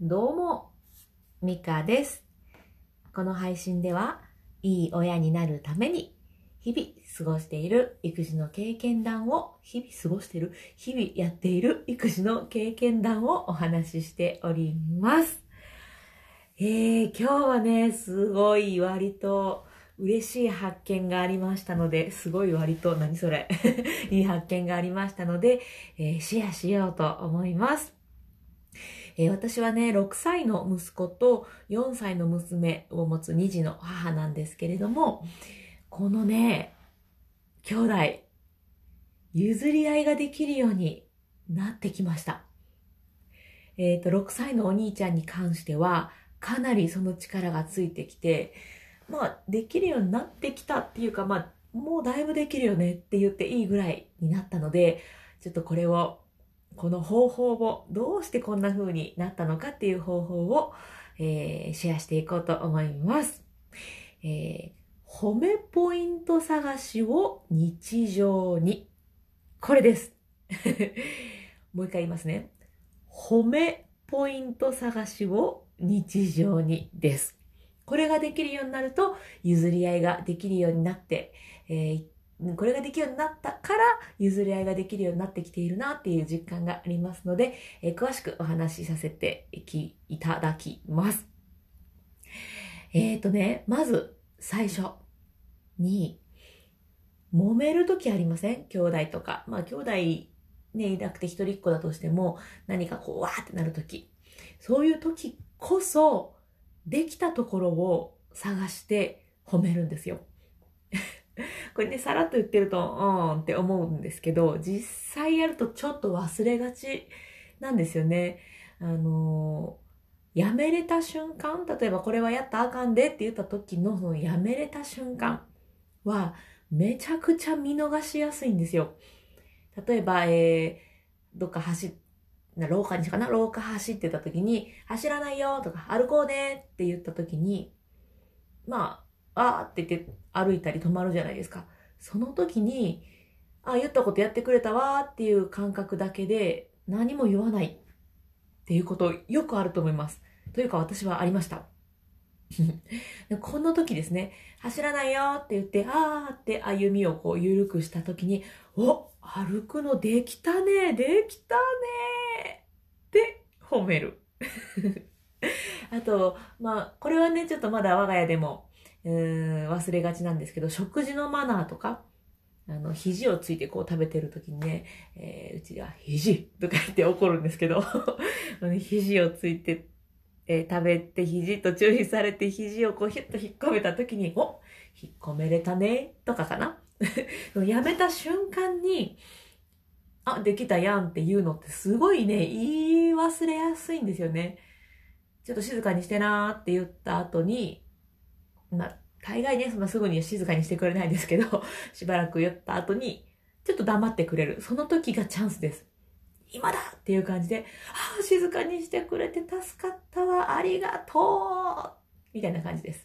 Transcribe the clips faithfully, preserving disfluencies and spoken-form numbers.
どうも、ミカです。この配信では、いい親になるために、日々過ごしている育児の経験談を、日々過ごしている、日々やっている育児の経験談をお話ししております。えー、今日はね、すごい割と嬉しい発見がありましたので、すごい割と、何それ、いい発見がありましたので、えー、シェアしようと思います。えー、私はね、ろくさいの息子とよんさいの娘を持つに児の母なんですけれども、このね、兄弟、譲り合いができるようになってきました。えっと、ろくさいのお兄ちゃんに関しては、かなりその力がついてきて、まあ、できるようになってきたっていうか、まあ、もうだいぶできるよねって言っていいぐらいになったので、ちょっとこれをこの方法をどうしてこんな風になったのかっていう方法を、えー、シェアしていこうと思います、えー、褒めポイント探しを日常に。これですもう一回言いますね。褒めポイント探しを日常にです。これができるようになると譲り合いができるようになって、えーこれができるようになったから譲り合いができるようになってきているなっていう実感がありますので、えー、詳しくお話しさせていただきます。えっとね、まず最初に揉めるときありません？兄弟とか。まあ兄弟ね、いなくて一人っ子だとしても何かこうわーってなるとき。そういうときこそできたところを探して褒めるんですよ。これね、さらっと言ってると、うーんって思うんですけど、実際やるとちょっと忘れがちなんですよね。あのー、やめれた瞬間、例えばこれはやったらあかんでって言った時のそのやめれた瞬間はめちゃくちゃ見逃しやすいんですよ。例えば、えー、どっか走っ廊下にしかな廊下走ってた時に、走らないよとか、歩こうねって言った時に、まあ、あーって言って歩いたり止まるじゃないですか。その時に、あ、言ったことやってくれたわーっていう感覚だけで何も言わないっていうことよくあると思います。というか私はありました。この時ですね、走らないよって言って、あーって歩みをこう緩くした時に、お、歩くのできたね、できたねって褒める。あと、まあ、これはね、ちょっとまだ我が家でも、うーん、忘れがちなんですけど、食事のマナーとか、あの、肘をついてこう食べてるときにね、えー、うちが肘とか言って怒るんですけど、肘をついて、えー、食べて肘と注意されて肘をこうヒュッと引っ込めたときに、お、引っ込めれたね、とかかな。やめた瞬間に、あ、できたやんっていうのってすごいね、言い忘れやすいんですよね。ちょっと静かにしてなーって言った後に、まあ、大概ね、そんなすぐに静かにしてくれないですけど、しばらく言った後に、ちょっと黙ってくれる。その時がチャンスです。今だっていう感じで、ああ、静かにしてくれて助かったわ、ありがとうみたいな感じです。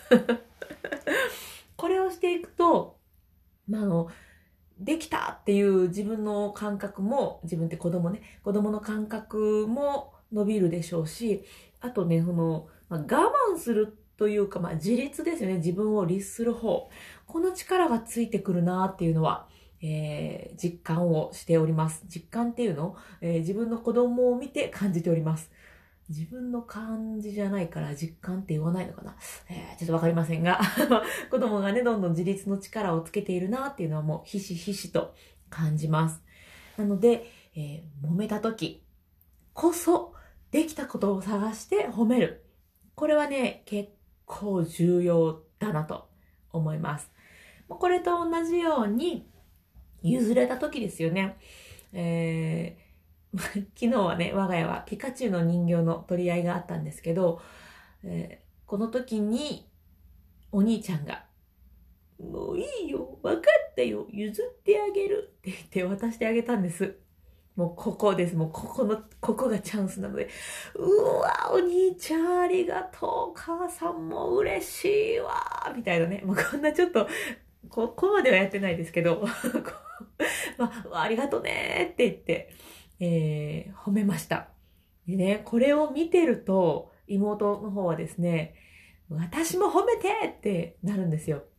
これをしていくと、まあ、あの、できたっていう自分の感覚も、自分って子供ね、子供の感覚も伸びるでしょうし、あとね、その、まあ、我慢するというか、まあ、自立ですよね。自分を律する方。この力がついてくるなっていうのは、えー、実感をしております。実感っていうのを、えー、自分の子供を見て感じております。自分の感じじゃないから実感って言わないのかな、えー、ちょっとわかりませんが子供がねどんどん自立の力をつけているなっていうのはもうひしひしと感じます。なので、えー、揉めた時こそできたことを探して褒める。これはね結構重要だなと思います。これと同じように譲れた時ですよね。えー昨日はね、我が家はピカチュウの人形の取り合いがあったんですけど、えー、この時にお兄ちゃんが、もういいよ、わかったよ、譲ってあげるって言って渡してあげたんです。もうここです。もうここの、ここがチャンスなので、うわ、お兄ちゃんありがとう、母さんも嬉しいわ、みたいなね。もうこんなちょっと、ここまではやってないですけど、まあ、ありがとねって言って、えー、褒めました。 でね、これを見てると、妹の方はですね、私も褒めてってなるんですよ。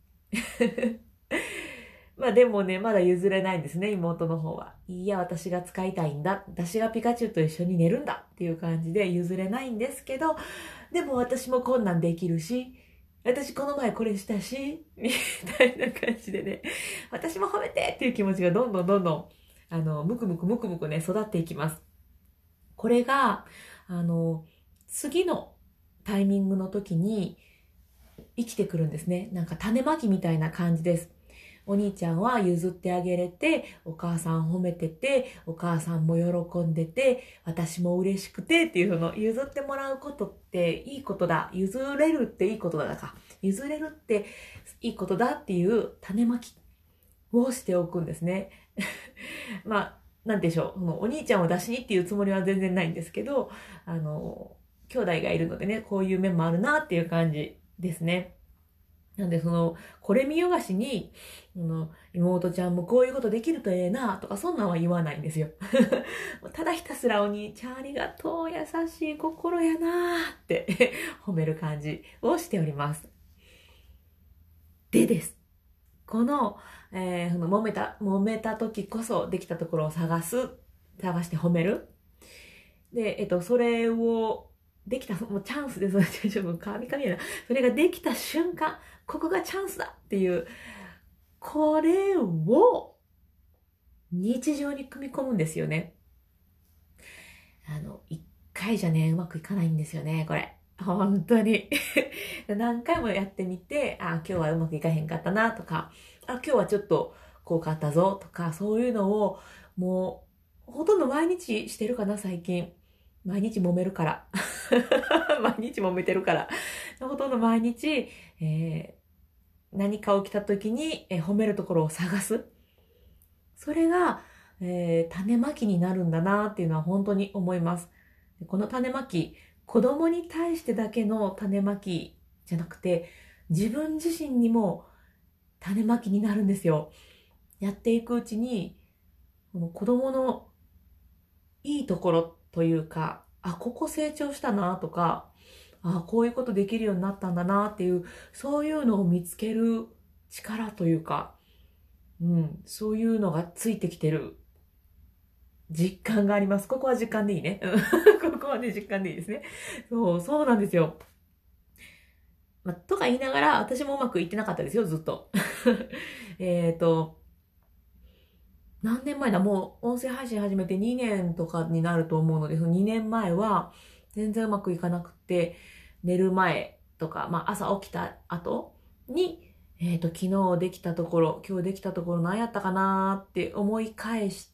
まあでもね、まだ譲れないんですね、妹の方は。いや、私が使いたいんだ。私がピカチュウと一緒に寝るんだっていう感じで譲れないんですけど、でも私もこんなんできるし、私この前これしたし、みたいな感じでね、私も褒めてっていう気持ちがどんどんどんどん、あの、むくむくむくむくね、育っていきます。これが、あの、次のタイミングの時に生きてくるんですね。なんか種まきみたいな感じです。お兄ちゃんは譲ってあげれて、お母さん褒めてて、お母さんも喜んでて、私も嬉しくてっていうその譲ってもらうことっていいことだ。譲れるっていいことだか。譲れるっていいことだっていう種まきをしておくんですね。まあ、なんでしょう。そのお兄ちゃんを出しにっていうつもりは全然ないんですけど、あの、兄弟がいるのでね、こういう面もあるなっていう感じですね。なんでその、これ見よがしに、あの妹ちゃんもこういうことできるとええなとかそんなんは言わないんですよ。ただひたすらお兄ちゃんありがとう、優しい心やなって褒める感じをしております。でです。この、えー、その揉めた、揉めた時こそできたところを探す、探して褒める。で、えっと、それを、できた、もうチャンスで、それ、ちょっと神々やな。それができた瞬間、ここがチャンスだっていう、これを日常に組み込むんですよね。あの、一回じゃね、うまくいかないんですよね、これ。本当に。何回もやってみて、あ、今日はうまくいかへんかったなとか、あ、今日はちょっとこうかったぞとか、そういうのをもう、ほとんど毎日してるかな、最近。毎日揉めるから。毎日揉めてるから。ほとんど毎日、えー、何か起きた時に、えー、褒めるところを探す。それが、えー、種まきになるんだなっていうのは本当に思います。この種まき、子供に対してだけの種まきじゃなくて、自分自身にも種まきになるんですよ。やっていくうちに、この子供のいいところというか、あ、ここ成長したなとか、あ、こういうことできるようになったんだなっていう、そういうのを見つける力というか、うん、そういうのがついてきてる実感があります。ここは実感でいいね。ここはね、実感でいいですね。そう、そうなんですよ。まあ、とか言いながら、私もうまくいってなかったですよ、ずっと。えっと、何年前だもう音声配信始めてにねんとかになると思うので、そのにねんまえは全然うまくいかなくて、寝る前とか、まあ朝起きた後に、えっと、昨日できたところ、今日できたところ何やったかなーって思い返して、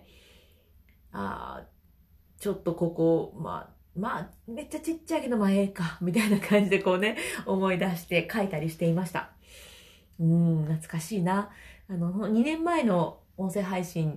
あーちょっとここ、まあ、まあ、めっちゃちっちゃいけど、まあ、ええか、みたいな感じでこうね、思い出して書いたりしていました。うん、懐かしいな。あの、にねんまえの音声配信って、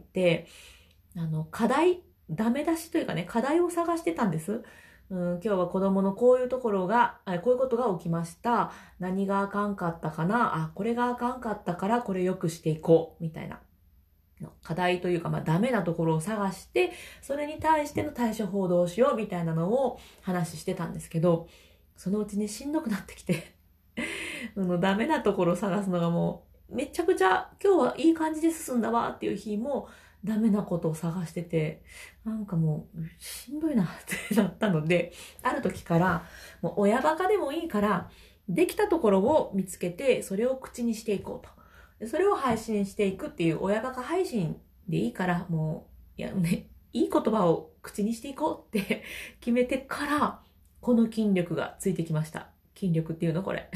あの、課題、ダメ出しというかね、課題を探してたんです。うん、今日は子供のこういうところが、あこういうことが起きました。何があかんかったかなあ、これがあかんかったからこれ良くしていこう、みたいな。課題というか、まあ、ダメなところを探して、それに対しての対処法どうしようみたいなのを話してたんですけど、そのうちね、しんどくなってきて、そのダメなところを探すのがもう、めちゃくちゃ今日はいい感じで進んだわっていう日も、ダメなことを探してて、なんかもう、しんどいなってなったので、ある時から、もう親バカでもいいから、できたところを見つけて、それを口にしていこうと。それを配信していくっていう親バカ配信でいいから、もう、いやね、いい言葉を口にしていこうって決めてから、この筋力がついてきました。筋力っていうのこれ。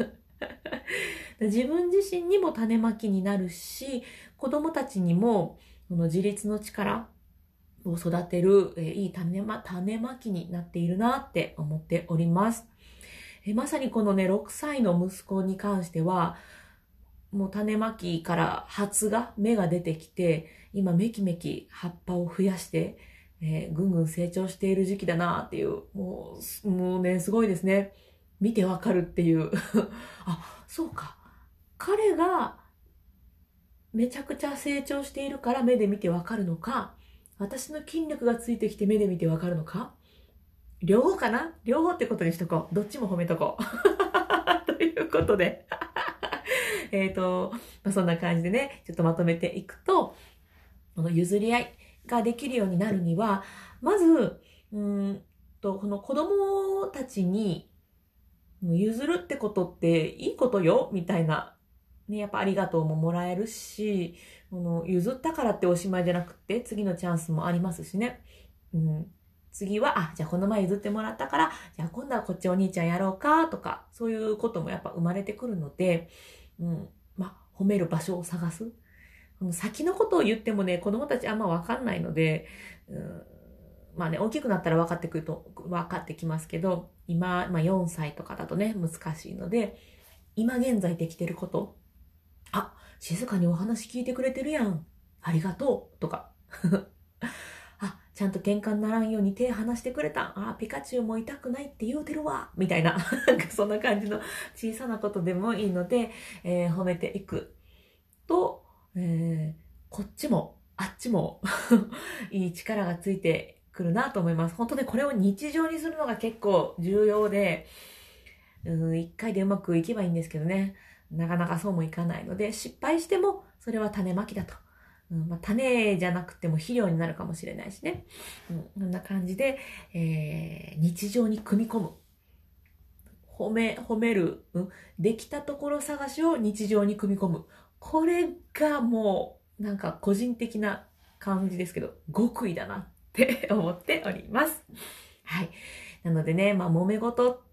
自分自身にも種まきになるし、子供たちにもこの自立の力を育てる、えー、いい種ま、種まきになっているなって思っております。えー、まさにこのね、ろくさいの息子に関しては、もう種まきから発芽、芽が出てきて、今めきめき葉っぱを増やして、えー、ぐんぐん成長している時期だなっていう、もう、もうね、すごいですね。見てわかるっていう。あ、そうか。彼がめちゃくちゃ成長しているから目で見てわかるのか、私の筋力がついてきて目で見てわかるのか、 両方かな両方ってことにしとこう。どっちも褒めとこう。ということで。えっと、まあ、そんな感じでね、ちょっとまとめていくと、この譲り合いができるようになるには、まず、うーんと、この子供たちに譲るってことっていいことよみたいな、ね、やっぱありがとうももらえるし、この譲ったからっておしまいじゃなくて、次のチャンスもありますしね。うん、次は、あ、じゃあこの前譲ってもらったから、じゃあ今度はこっちお兄ちゃんやろうかとか、そういうこともやっぱ生まれてくるので、うん、まあ、褒める場所を探す。先のことを言ってもね、子供たちあんまわかんないので、うん、まあね、大きくなったら分かってくると、分かってきますけど、今、まあよんさいとかだとね、難しいので、今現在できてること、あ、静かにお話聞いてくれてるやん。ありがとう。とか。あ、ちゃんと喧嘩にならんように手離してくれた。あ、ピカチュウも痛くないって言うてるわ。みたいな。なんかそんな感じの小さなことでもいいので、えー、褒めていくと、えー、こっちも、あっちも、いい力がついてくるなと思います。本当ね、これを日常にするのが結構重要で、うん、一回でうまくいけばいいんですけどね。なかなかそうもいかないので、失敗しても、それは種まきだと。うんまあ、種じゃなくても肥料になるかもしれないしね。うん、こんな感じで、えー、日常に組み込む。褒め、褒める、うん。できたところ探しを日常に組み込む。これがもう、なんか個人的な感じですけど、極意だなって思っております。はい。なのでね、まあ、揉め事って、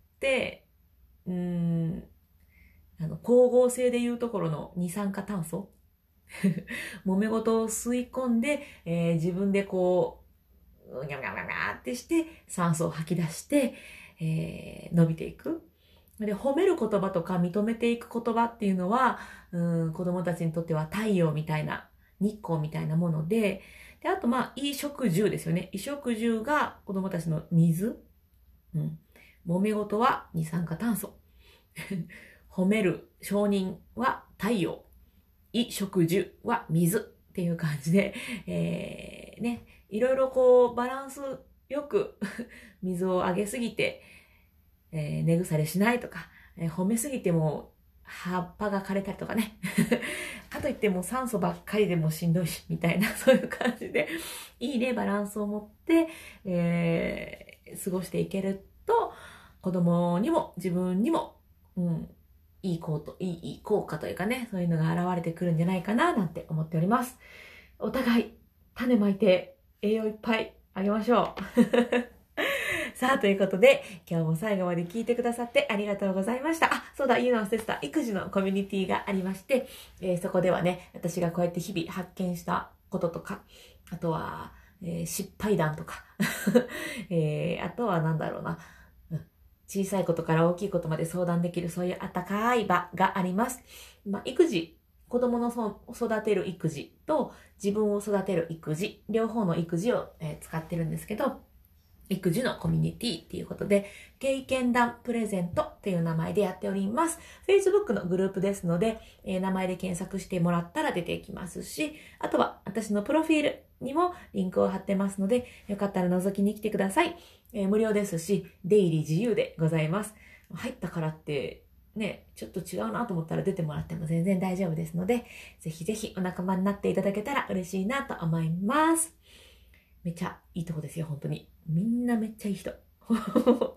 うーん、あの、光合成でいうところの二酸化炭素揉め事を吸い込んで、えー、自分でこう、ギャギャギャギャってして酸素を吐き出して、えー、伸びていく。で、褒める言葉とか認めていく言葉っていうのは、うん、子供たちにとっては太陽みたいな、日光みたいなもので、で、あとまあ、衣食住ですよね。衣食住が子供たちの水。うん。揉め事は二酸化炭素。褒める承認は太陽。衣食住は水っていう感じで、えー、ね、いろいろこうバランスよく水をあげすぎて、えー、根腐れしないとか、えー、褒めすぎても葉っぱが枯れたりとかね。かといっても酸素ばっかりでもしんどいし、みたいな、そういう感じで、いいね、バランスを持って、えー、過ごしていけると、子供にも自分にも、うん、いい効果、いい、いい効果というかね、そういうのが現れてくるんじゃないかな、なんて思っております。お互い、種まいて、栄養いっぱいあげましょう。さあ、ということで、今日も最後まで聞いてくださってありがとうございました。あ、そうだ、言うの忘れてた。育児のコミュニティがありまして、えー、そこではね、私がこうやって日々発見したこととか、あとは、えー、失敗談とか、えー、あとはなんだろうな、小さいことから大きいことまで相談できるそういう温かい場があります。まあ、育児、子供の育てる育児と自分を育てる育児、両方の育児を、えー、使ってるんですけど、育児のコミュニティっていうことで、経験談プレゼントっていう名前でやっております。Facebook のグループですので、えー、名前で検索してもらったら出てきますし、あとは私のプロフィールにもリンクを貼ってますので、よかったら覗きに来てください。えー、無料ですし、出入り自由でございます。入ったからって、ね、ちょっと違うなと思ったら出てもらっても全然大丈夫ですので、ぜひぜひお仲間になっていただけたら嬉しいなと思います。めっちゃいいとこですよ、本当に。みんなめっちゃいい人。はい、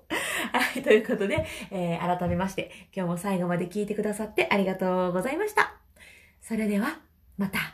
ということで、えー、改めまして、今日も最後まで聞いてくださってありがとうございました。それでは、また。